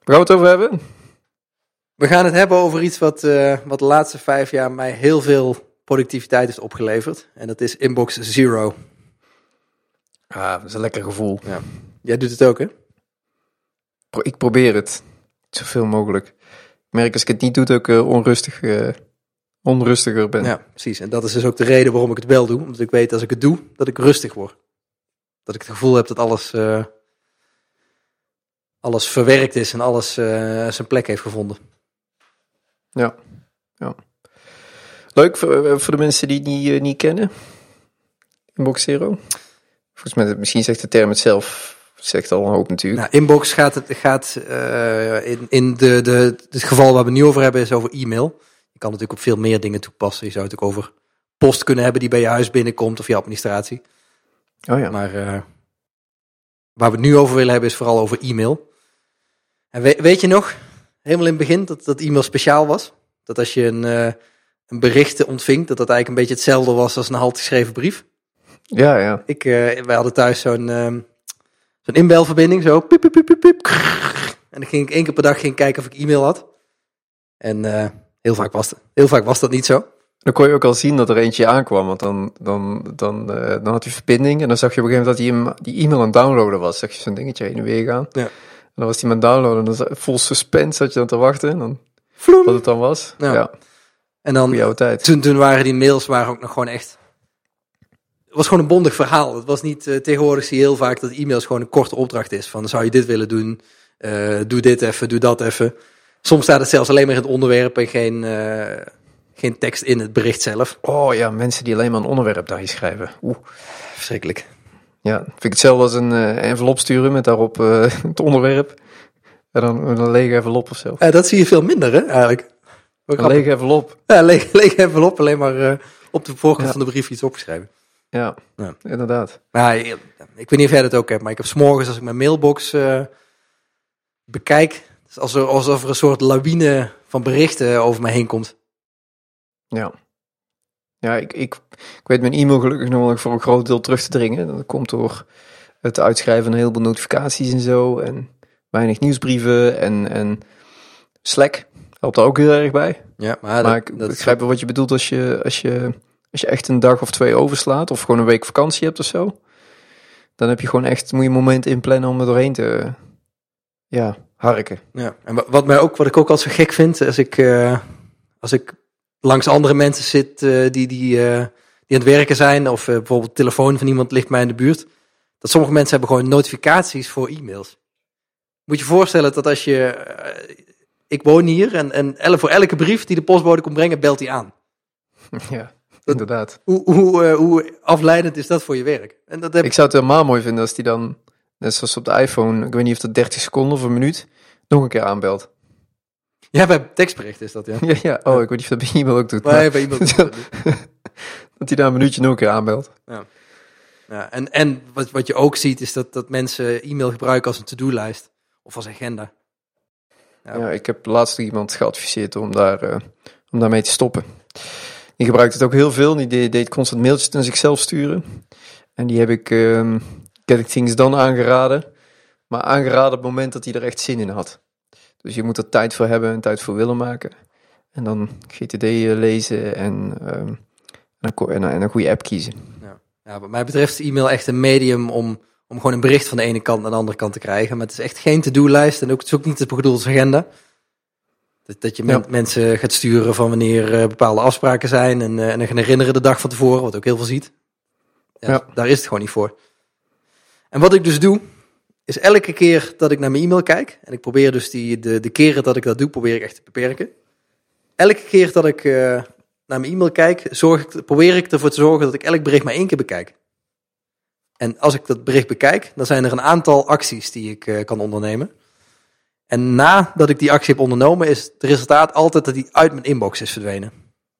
gaan we het over hebben? We gaan het hebben over iets wat de laatste 5 jaar mij heel veel productiviteit heeft opgeleverd. En dat is Inbox Zero. Ah, dat is een lekker gevoel. Ja. Jij doet het ook, hè? Ik probeer het. Zoveel mogelijk. Ik merk als ik het niet doe, dat ik onrustiger ben. Ja, precies. En dat is dus ook de reden waarom ik het wel doe. Omdat ik weet als ik het doe, dat ik rustig word. Dat ik het gevoel heb dat alles verwerkt is en alles zijn plek heeft gevonden. Ja. Leuk voor de mensen die het niet kennen. Inbox Zero. Volgens mij, misschien zegt de term het zelf. Zegt al een hoop natuurlijk. Nou, Inbox gaat in het geval waar we het nu over hebben is over e-mail. Je kan natuurlijk op veel meer dingen toepassen. Je zou het ook over post kunnen hebben die bij je huis binnenkomt of je administratie. Oh ja. Maar waar we het nu over willen hebben is vooral over e-mail. En weet je nog, helemaal in het begin, dat e-mail speciaal was? Dat als je een bericht ontving, dat eigenlijk een beetje hetzelfde was als een handgeschreven brief? Ja. Wij hadden thuis zo'n inbelverbinding, zo. Piep, piep, piep, piep, piep. En dan ging ik 1 keer per dag kijken of ik e-mail had. En heel vaak was dat niet zo. Dan kon je ook al zien dat er eentje aankwam, want dan had hij verbinding en dan zag je op een gegeven moment dat hij die e-mail aan het downloaden was. Zag je zo'n dingetje heen en weer gaan. Ja. En dan was hij aan het downloaden en dan vol suspense zat je dan te wachten en dan Vloem. wat het dan was. Ja. En dan, Goeie oude tijd. Toen waren die mails ook nog gewoon echt... Het was gewoon een bondig verhaal. Het was niet, tegenwoordig zie je heel vaak dat e-mails gewoon een korte opdracht is. Van, zou je dit willen doen? Doe dit even, doe dat even. Soms staat het zelfs alleen maar in het onderwerp en geen tekst in het bericht zelf. Oh ja, mensen die alleen maar een onderwerp daar schrijven. Verschrikkelijk. Ja, vind ik hetzelfde als een envelop sturen met daarop het onderwerp. En dan een lege envelop of zo. Dat zie je veel minder, hè, eigenlijk. Een lege envelop. Ja, lege envelop, alleen maar op de voorkant van de brief iets opgeschreven. Ja, inderdaad. Maar ik weet niet of jij dat ook hebt, maar ik heb 's morgens als ik mijn mailbox bekijk, alsof er een soort lawine van berichten over me heen komt. Ja, ik weet mijn e-mail gelukkig nog wel voor een groot deel terug te dringen. Dat komt door het uitschrijven van een heleboel notificaties en zo. En weinig nieuwsbrieven en Slack helpt daar ook heel erg bij. Ja, maar ik begrijp wel wat je bedoelt als je echt een dag of 2 overslaat of gewoon een week vakantie hebt of zo. Dan heb je gewoon echt, moet je een moment inplannen om er doorheen te harken. Ja, en wat ik ook altijd zo gek vind, als ik langs andere mensen zit die aan het werken zijn, of bijvoorbeeld de telefoon van iemand ligt mij in de buurt, dat sommige mensen hebben gewoon notificaties voor e-mails. Moet je voorstellen dat als ik woon hier en voor elke brief die de postbode komt brengen, belt hij aan. Ja, inderdaad. Hoe afleidend is dat voor je werk? En Ik zou het helemaal mooi vinden als die dan, net zoals op de iPhone, ik weet niet of dat 30 seconden of een minuut, nog een keer aanbelt. Ja, bij tekstbericht is dat, ja. Ja. Oh, ik weet niet of dat bij e-mail ook doet. Maar bij e-mail dat hij daar een minuutje nog een keer aanbelt. Ja, en wat je ook ziet is dat mensen e-mail gebruiken als een to-do-lijst of als agenda. Ja, ik heb laatst iemand geadviseerd om daarmee te stoppen. Die gebruikt het ook heel veel. Die deed constant mailtjes naar zichzelf sturen. En die heb ik Getting Things Done aangeraden. Maar aangeraden op het moment dat hij er echt zin in had. Dus je moet er tijd voor hebben en tijd voor willen maken. En dan GTD lezen en een goede app kiezen. Ja, wat mij betreft is e-mail echt een medium om gewoon een bericht van de ene kant naar de andere kant te krijgen. Maar het is echt geen to-do-lijst en ook, het is ook niet het bedoeld als agenda. Dat je mensen gaat sturen van wanneer bepaalde afspraken zijn en dan gaan herinneren de dag van tevoren, wat ook heel veel ziet. Daar is het gewoon niet voor. En wat ik dus doe, is elke keer dat ik naar mijn e-mail kijk, en ik probeer dus de keren dat ik dat doe, probeer ik echt te beperken. Elke keer dat ik naar mijn e-mail kijk, probeer ik ervoor te zorgen dat ik elk bericht maar 1 keer bekijk. En als ik dat bericht bekijk, dan zijn er een aantal acties die ik kan ondernemen. En nadat ik die actie heb ondernomen, is het resultaat altijd dat die uit mijn inbox is verdwenen.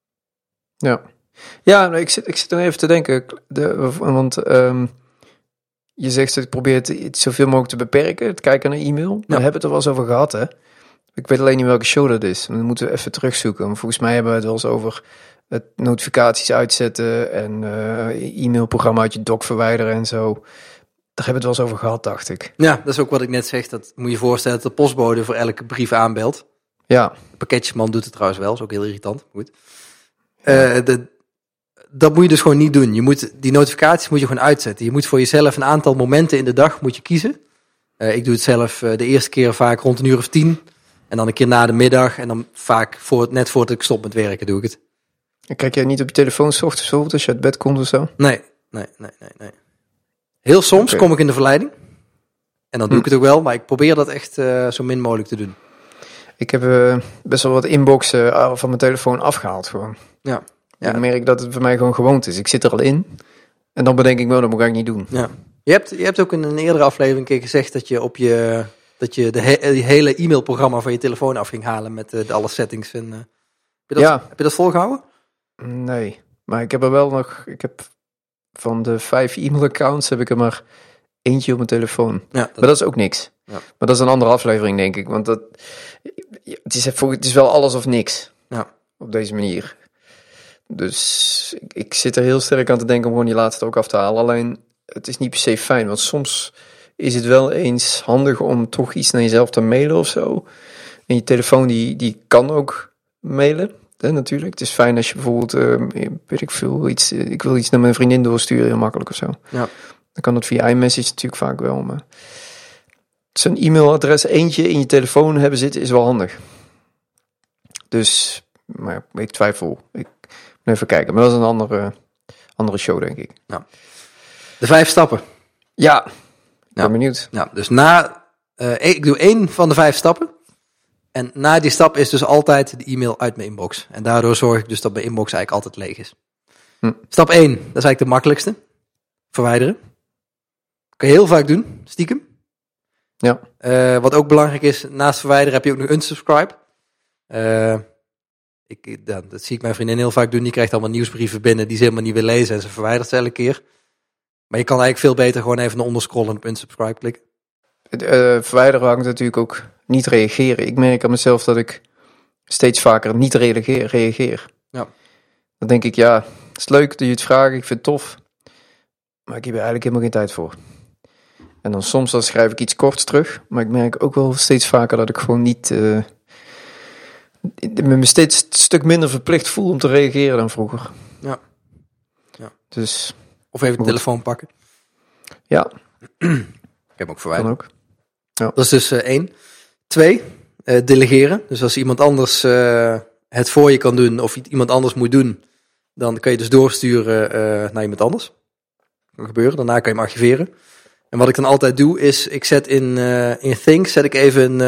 Ja, ik zit er even te denken. Want je zegt dat ik probeer het zoveel mogelijk te beperken, het kijken naar e-mail. We hebben het er wel eens over gehad, hè. Ik weet alleen niet welke show dat is. Dan moeten we even terugzoeken. Volgens mij hebben we het wel eens over het notificaties uitzetten en e-mailprogramma uit je doc verwijderen en zo. Daar hebben we het wel eens over gehad, dacht ik. Ja, dat is ook wat ik net zeg. Dat moet je je voorstellen dat de postbode voor elke brief aanbelt. Ja. De pakketjesman doet het trouwens wel, is ook heel irritant. Goed. Dat moet je dus gewoon niet doen. Die notificaties moet je gewoon uitzetten. Je moet voor jezelf een aantal momenten in de dag moet je kiezen. Ik doe het zelf de eerste keer vaak rond 10:00. En dan een keer na de middag. En dan vaak net voordat ik stop met werken doe ik het. En kijk jij niet op je telefoon 's ochtends bijvoorbeeld als je uit bed komt of zo? Nee. Heel soms kom ik in de verleiding. En dan doe ik het ook wel. Maar ik probeer dat echt zo min mogelijk te doen. Ik heb best wel wat inboxen van mijn telefoon afgehaald gewoon. Ja. Ik merk dat het voor mij gewoon gewoonte is. Ik zit er al in. En dan bedenk ik, dat moet ik niet doen. Ja. Je hebt ook in een eerdere aflevering een keer gezegd dat je de hele e-mailprogramma van je telefoon af ging halen met alle settings. En, heb je dat volgehouden? Nee, maar ik heb er wel nog... Van de 5 e-mailaccounts heb ik er maar eentje op mijn telefoon. Ja, maar dat is ook niks. Ja. Maar dat is een andere aflevering, denk ik. Want het is wel alles of niks. Ja. Op deze manier. Dus ik zit er heel sterk aan te denken om gewoon die laatste ook af te halen. Alleen, het is niet per se fijn. Want soms is het wel eens handig om toch iets naar jezelf te mailen of zo. En je telefoon die kan ook mailen. Natuurlijk. Het is fijn als je bijvoorbeeld, weet ik veel, ik wil iets naar mijn vriendin doorsturen, heel makkelijk of zo. Ja. Dan kan dat via iMessage natuurlijk vaak wel. Maar zo'n e-mailadres eentje in je telefoon hebben zitten is wel handig. Dus, maar ik twijfel. Ik moet even kijken. Maar dat is een andere show, denk ik. Ja. De 5 stappen. Ja, ik ben benieuwd. Ja, dus ik doe 1 van de 5 stappen. En na die stap is dus altijd de e-mail uit mijn inbox. En daardoor zorg ik dus dat mijn inbox eigenlijk altijd leeg is. Stap 1, dat is eigenlijk de makkelijkste. Verwijderen. Kan je heel vaak doen, stiekem. Ja. Wat ook belangrijk is, naast verwijderen heb je ook nog unsubscribe. Dat zie ik mijn vriendin heel vaak doen. Die krijgt allemaal nieuwsbrieven binnen die ze helemaal niet wil lezen. En ze verwijdert ze elke keer. Maar je kan eigenlijk veel beter gewoon even naar onder scrollen en op unsubscribe klikken. Verwijderen hangt natuurlijk ook niet reageren. Ik merk aan mezelf dat ik steeds vaker niet reageer. Ja. Dan denk ik, het is leuk dat je het vraagt, ik vind het tof. Maar ik heb er eigenlijk helemaal geen tijd voor. En dan soms schrijf ik iets korts terug. Maar ik merk ook wel steeds vaker dat ik gewoon niet... me steeds een stuk minder verplicht voel om te reageren dan vroeger. Ja. Dus... Of even de telefoon pakken. Ja. Ik heb ook verwijderd. Kan ook. Ja. Dat is dus 1. 2, delegeren. Dus als iemand anders het voor je kan doen of iemand anders moet doen, dan kan je dus doorsturen naar iemand anders. Dat kan gebeuren. Daarna kan je hem archiveren. En wat ik dan altijd doe is, ik zet in Things, zet ik even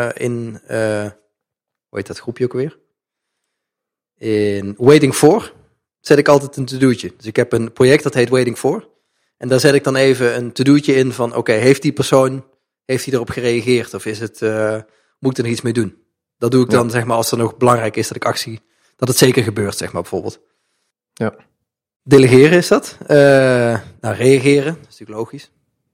hoe heet dat groepje ook weer? In Waiting For zet ik altijd een to-do'tje. Dus ik heb een project dat heet Waiting For. En daar zet ik dan even een to-do'tje in van, oké, heeft die persoon erop gereageerd? Of is het, moet ik er nog iets mee doen? Dat doe ik dan, zeg maar, als er nog belangrijk is dat het zeker gebeurt, zeg maar, bijvoorbeeld. Ja. Delegeren is dat. Reageren, dat is natuurlijk logisch.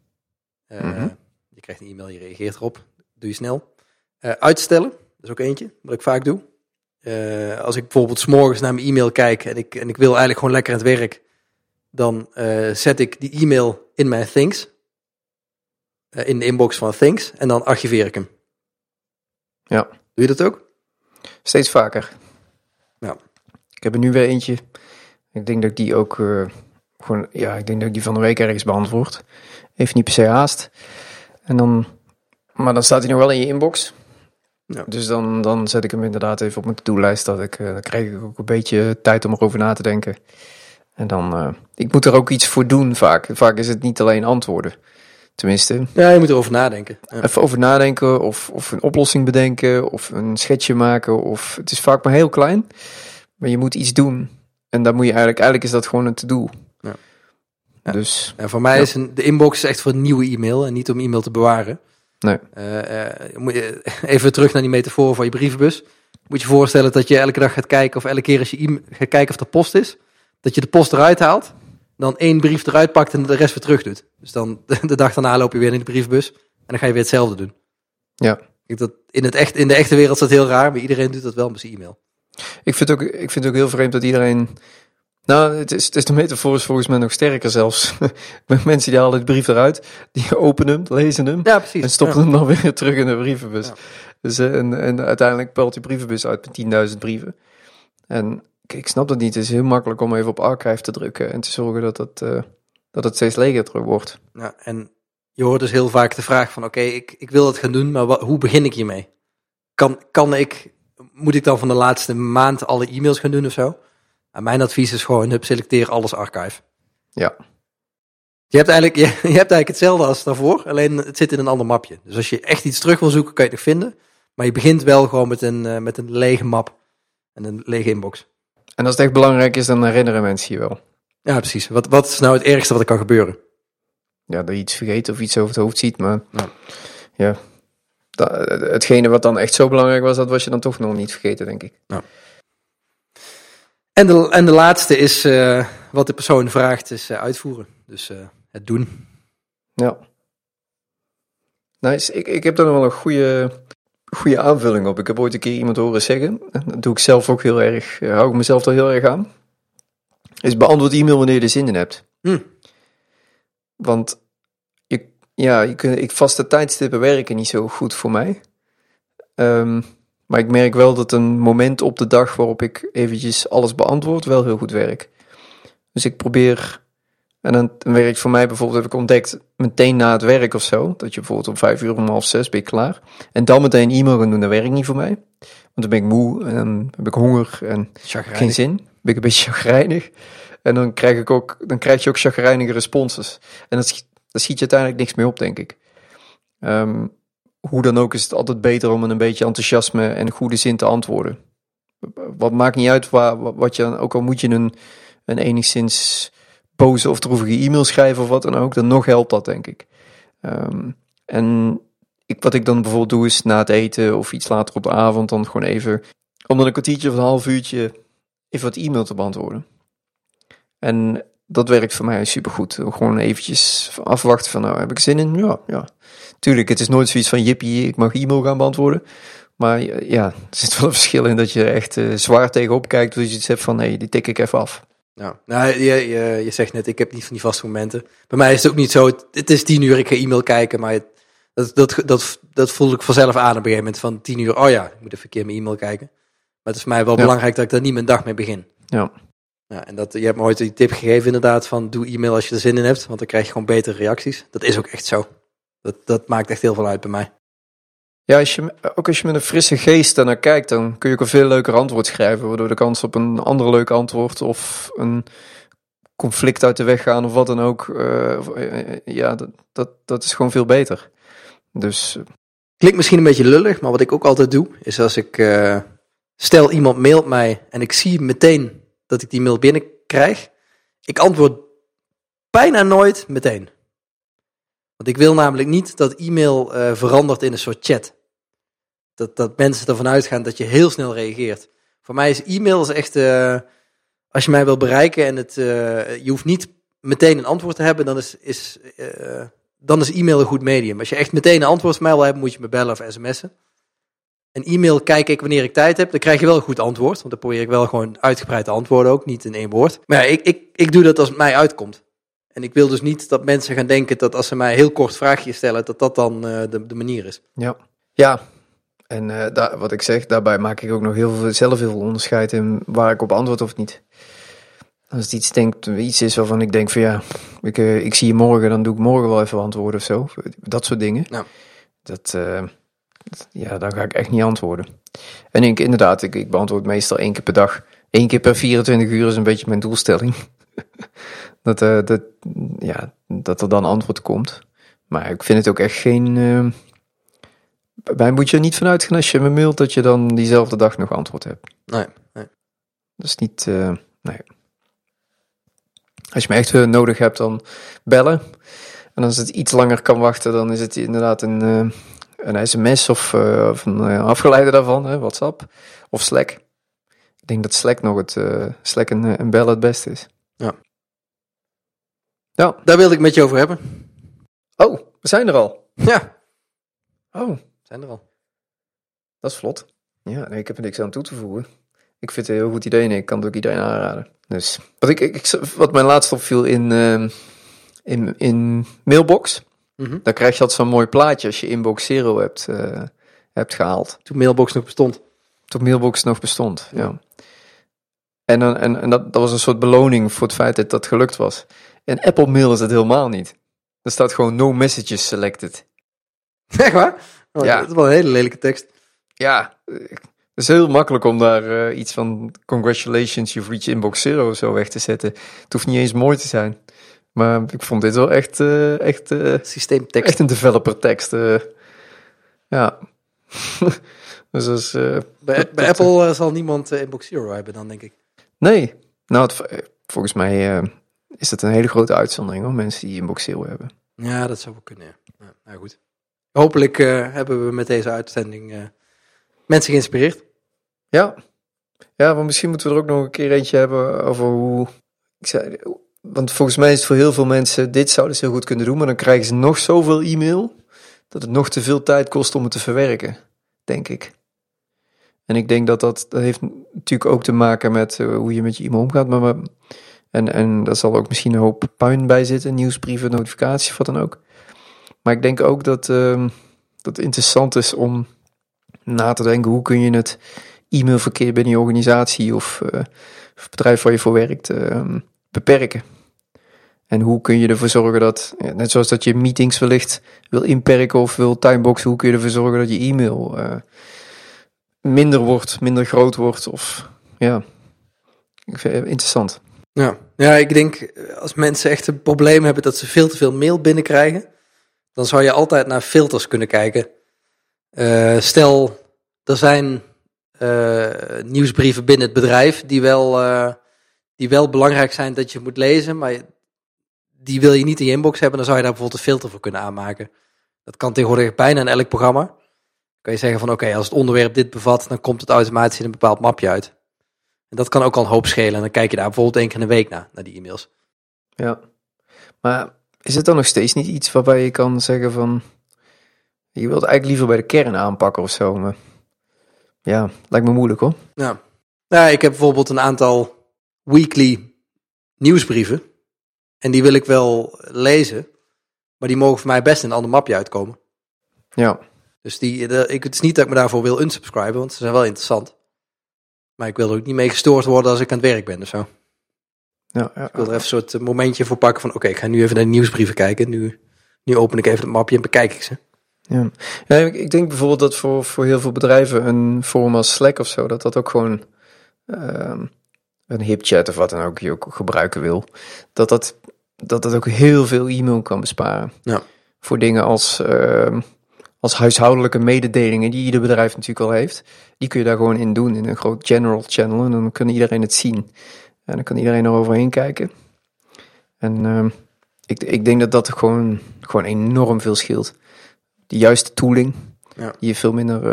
Je krijgt een e-mail, je reageert erop. Doe je snel. Uitstellen, dat is ook eentje, wat ik vaak doe. Als ik bijvoorbeeld 's morgens naar mijn e-mail kijk en ik wil eigenlijk gewoon lekker aan het werk, dan zet ik die e-mail in mijn Things. In de inbox van Things. En dan archiveer ik hem. Ja. Doe je dat ook? Steeds vaker. Ja. Ik heb er nu weer eentje. Ik denk dat ik die ook ik denk dat ik die van de week ergens beantwoord. Heeft niet per se haast. Maar dan staat hij nog wel in je inbox. Ja. Dus dan zet ik hem inderdaad even op mijn to-do-lijst. Dan krijg ik ook een beetje tijd om erover na te denken. En dan, ik moet er ook iets voor doen vaak. Vaak is het niet alleen antwoorden. Tenminste. Ja, je moet erover nadenken. Ja. Even over nadenken of een oplossing bedenken of een schetsje maken. Of het is vaak maar heel klein. Maar je moet iets doen. En dan moet je eigenlijk is dat gewoon een to-do. Ja. Ja. Dus, ja, voor mij is de inbox echt voor een nieuwe e-mail en niet om e-mail te bewaren. Nee. Even terug naar die metafoor van je brievenbus. Moet je voorstellen dat je elke dag gaat kijken of elke keer als je gaat kijken of er post is, dat je de post eruit haalt, dan 1 brief eruit pakt en de rest weer terug doet. Dus dan de dag daarna loop je weer in de brievenbus en dan ga je weer hetzelfde doen. Ja. In de echte wereld is dat heel raar, maar iedereen doet dat wel met zijn e-mail. Ik vind het ook heel vreemd dat iedereen Nou, het is de metafoor is volgens mij nog sterker zelfs. Mensen die halen de brief eruit, die openen hem, lezen hem. Ja, precies. En stoppen hem dan weer terug in de brievenbus. Ja. Dus, en uiteindelijk pelt die brievenbus uit met 10.000 brieven. En ik snap dat niet. Het is heel makkelijk om even op archive te drukken en te zorgen dat het steeds leger terug wordt. Ja, en je hoort dus heel vaak de vraag van oké, ik wil het gaan doen, maar hoe begin ik hiermee? Moet ik dan van de laatste maand alle e-mails gaan doen of zo? En mijn advies is gewoon, selecteer alles archive. Ja. Je hebt eigenlijk hetzelfde als daarvoor, alleen het zit in een ander mapje. Dus als je echt iets terug wil zoeken, kan je het nog vinden. Maar je begint wel gewoon met een lege map en een lege inbox. En als het echt belangrijk is, dan herinneren mensen je wel. Ja, precies. Wat is nou het ergste wat er kan gebeuren? Ja, dat je iets vergeet of iets over het hoofd ziet, maar ja. Hetgene wat dan echt zo belangrijk was, dat was je dan toch nog niet vergeten, denk ik. Ja. En de laatste is, wat de persoon vraagt, is uitvoeren. Dus het doen. Ja. Nice. Ik heb daar nog wel een goede aanvulling op. Ik heb ooit een keer iemand horen zeggen, en dat doe ik zelf ook heel erg, hou ik mezelf er heel erg aan, is beantwoord e-mail wanneer je er zin in hebt. Want vaste tijdstippen werken niet zo goed voor mij. Maar ik merk wel dat een moment op de dag waarop ik eventjes alles beantwoord wel heel goed werkt. Dus ik probeer, en dan werkt voor mij bijvoorbeeld, heb ik ontdekt, meteen na het werk of zo, dat je bijvoorbeeld om 5:00 om 5:30 ben je klaar. En dan meteen e-mail gaan doen, dat werkt niet voor mij. Want dan ben ik moe en dan heb ik honger en geen zin. Dan ben ik een beetje chagrijnig. En dan krijg je ook chagrijnige responses. En daar schiet je uiteindelijk niks mee op, denk ik. Hoe dan ook is het altijd beter om met een beetje enthousiasme en goede zin te antwoorden. Wat maakt niet uit wat je, ook al moet je een enigszins boze of droevige e-mail schrijven of wat dan ook, dan nog helpt dat, denk ik. Wat ik dan bijvoorbeeld doe is na het eten of iets later op de avond dan gewoon even, om dan een kwartiertje of een half uurtje even wat e-mail te beantwoorden. En dat werkt voor mij supergoed. Gewoon eventjes afwachten van, nou, heb ik zin in? Ja. Tuurlijk, het is nooit zoiets van, jippie, ik mag e-mail gaan beantwoorden. Maar ja, er zit wel een verschil in dat je er echt zwaar tegenop kijkt, dus je iets hebt van, nee, die tik ik even af. Ja, nou, je zegt net, ik heb niet van die vaste momenten. Bij mij is het ook niet zo, het is 10:00, ik ga e-mail kijken, maar dat voelde ik vanzelf aan op een gegeven moment van 10:00, oh ja, ik moet even een keer mijn e-mail kijken. Maar het is voor mij wel belangrijk dat ik daar niet mijn dag mee begin. Ja. Ja, en je hebt me ooit die tip gegeven inderdaad van doe e-mail als je er zin in hebt, want dan krijg je gewoon betere reacties. Dat is ook echt zo. Dat maakt echt heel veel uit bij mij. Ja, als je met een frisse geest daarnaar kijkt, dan kun je ook een veel leuker antwoord schrijven, waardoor de kans op een ander leuk antwoord of een conflict uit de weg gaan of wat dan ook, dat is gewoon veel beter. Dus klinkt misschien een beetje lullig, maar wat ik ook altijd doe, is als ik stel iemand mailt mij en ik zie meteen dat ik die mail binnenkrijg, ik antwoord bijna nooit meteen. Want ik wil namelijk niet dat e-mail verandert in een soort chat. Dat mensen ervan uitgaan dat je heel snel reageert. Voor mij is e-mail echt, als je mij wil bereiken en je hoeft niet meteen een antwoord te hebben, dan is e-mail een goed medium. Als je echt meteen een antwoord van mij wil hebben, moet je me bellen of sms'en. En e-mail kijk ik wanneer ik tijd heb, dan krijg je wel een goed antwoord. Want dan probeer ik wel gewoon uitgebreid te antwoorden ook, niet in 1 woord. Maar ja, ik doe dat als het mij uitkomt. En ik wil dus niet dat mensen gaan denken dat als ze mij een heel kort vraagje stellen, dat dan de manier is. Ja. En wat ik zeg, daarbij maak ik ook nog zelf heel veel onderscheid in waar ik op antwoord of niet. Als het iets is waarvan ik denk van ja, ik zie je morgen, dan doe ik morgen wel even antwoorden of zo. Dat soort dingen. Ja. Dan ga ik echt niet antwoorden. En inderdaad, ik beantwoord meestal 1 keer per dag. 1 keer per 24 uur is een beetje mijn doelstelling. dat er dan antwoord komt. Maar ik vind het ook echt geen... Wij moet je er niet vanuit gaan als je me mailt dat je dan diezelfde dag nog antwoord hebt. Nee. Dat is niet... nee. Als je me echt nodig hebt, dan bellen. En als het iets langer kan wachten, dan is het inderdaad een sms of een afgeleide daarvan, WhatsApp of Slack. Ik denk dat Slack en bellen het beste is. Ja, daar wilde ik met je over hebben. Oh, we zijn er al. Ja. Oh, zijn er al. Dat is vlot. Ja, nee, ik heb er niks aan toe te voegen. Ik vind het een heel goed idee en ik kan het ook iedereen aanraden. Dus wat mij laatst opviel in Mailbox, dan krijg je altijd zo'n mooi plaatje als je Inbox Zero hebt gehaald. Toen Mailbox nog bestond. Toen Mailbox nog bestond, ja. En dat was een soort beloning voor het feit dat dat gelukt was. En Apple Mail is het helemaal niet. Er staat gewoon no messages selected. Echt waar? Oh, ja. Dat is wel een hele lelijke tekst. Ja, het is heel makkelijk om daar iets van congratulations, you've reached Inbox Zero zo weg te zetten. Het hoeft niet eens mooi te zijn. Maar ik vond dit wel echt systeemtekst. Echt een developer tekst. Ja. Dus als, bij Apple zal niemand Inbox Zero hebben dan, denk ik. Nee. Nou, volgens mij is dat een hele grote uitzondering hoor, mensen die Inbox Zero hebben. Ja, dat zou wel kunnen. Ja. Nou goed. Hopelijk hebben we met deze uitzending mensen geïnspireerd. Ja. Ja, maar misschien moeten we er ook nog een keer eentje hebben over hoe... Want volgens mij is het voor heel veel mensen, dit zouden ze heel goed kunnen doen, maar dan krijgen ze nog zoveel e-mail, dat het nog te veel tijd kost om het te verwerken, denk ik. En ik denk dat heeft natuurlijk ook te maken met hoe je met je e-mail omgaat, en daar zal ook misschien een hoop puin bij zitten, nieuwsbrieven, notificaties, wat dan ook. Maar ik denk ook dat het interessant is om na te denken, hoe kun je het e-mailverkeer binnen je organisatie of bedrijf waar je voor werkt beperken. En hoe kun je ervoor zorgen dat, net zoals dat je meetings wellicht wil inperken of wil timeboxen, hoe kun je ervoor zorgen dat je e-mail minder wordt, minder groot wordt of ja, ik vind het interessant. Ja, ik denk als mensen echt een probleem hebben dat ze veel te veel mail binnenkrijgen, dan zou je altijd naar filters kunnen kijken. Stel, er zijn nieuwsbrieven binnen het bedrijf die wel belangrijk zijn dat je moet lezen, maar die wil je niet in je inbox hebben, dan zou je daar bijvoorbeeld een filter voor kunnen aanmaken. Dat kan tegenwoordig bijna in elk programma. Dan kan je zeggen van oké, als het onderwerp dit bevat, dan komt het automatisch in een bepaald mapje uit. En dat kan ook al een hoop schelen. En dan kijk je daar bijvoorbeeld 1 keer in de week naar die e-mails. Ja, maar is het dan nog steeds niet iets waarbij je kan zeggen van, je wilt eigenlijk liever bij de kern aanpakken of zo, maar ja, lijkt me moeilijk hoor. Ja, ik heb bijvoorbeeld een aantal weekly nieuwsbrieven. En die wil ik wel lezen, maar die mogen voor mij best in een ander mapje uitkomen. Ja. Dus het is niet dat ik me daarvoor wil unsubscriben, want ze zijn wel interessant. Maar ik wil er ook niet mee gestoord worden als ik aan het werk ben of zo. Ja, ik wil er even een soort momentje voor pakken van oké, ik ga nu even naar de nieuwsbrieven kijken. Nu open ik even het mapje en bekijk ik ze. Ja, ik denk bijvoorbeeld dat voor heel veel bedrijven een forum als Slack of zo, dat ook gewoon een HipChat of wat dan ook je ook gebruiken wil, dat ook heel veel e-mail kan besparen. Ja. Voor dingen als huishoudelijke mededelingen die ieder bedrijf natuurlijk al heeft. Die kun je daar gewoon in doen in een groot general channel en dan kan iedereen het zien. En dan kan iedereen er overheen kijken. En ik denk dat gewoon enorm veel scheelt. De juiste tooling, die veel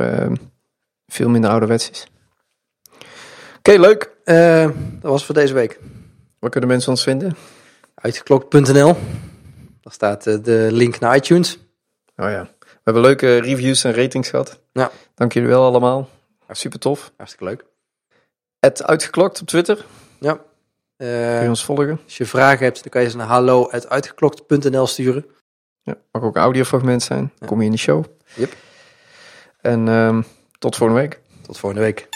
minder ouderwets is. Oké, leuk. Dat was voor deze week. Waar kunnen mensen ons vinden? Uitgeklokt.nl. Daar staat de link naar iTunes. Oh ja. We hebben leuke reviews en ratings gehad. Ja. Dank jullie wel allemaal. Super tof. Hartstikke leuk. @uitgeklokt op Twitter. Ja. Kun je ons volgen? Als je vragen hebt, dan kan je ze naar hallo@uitgeklokt.nl sturen. Ja, mag ook een audiofragment zijn. Dan kom je in de show. Yep. En tot volgende week. Tot volgende week.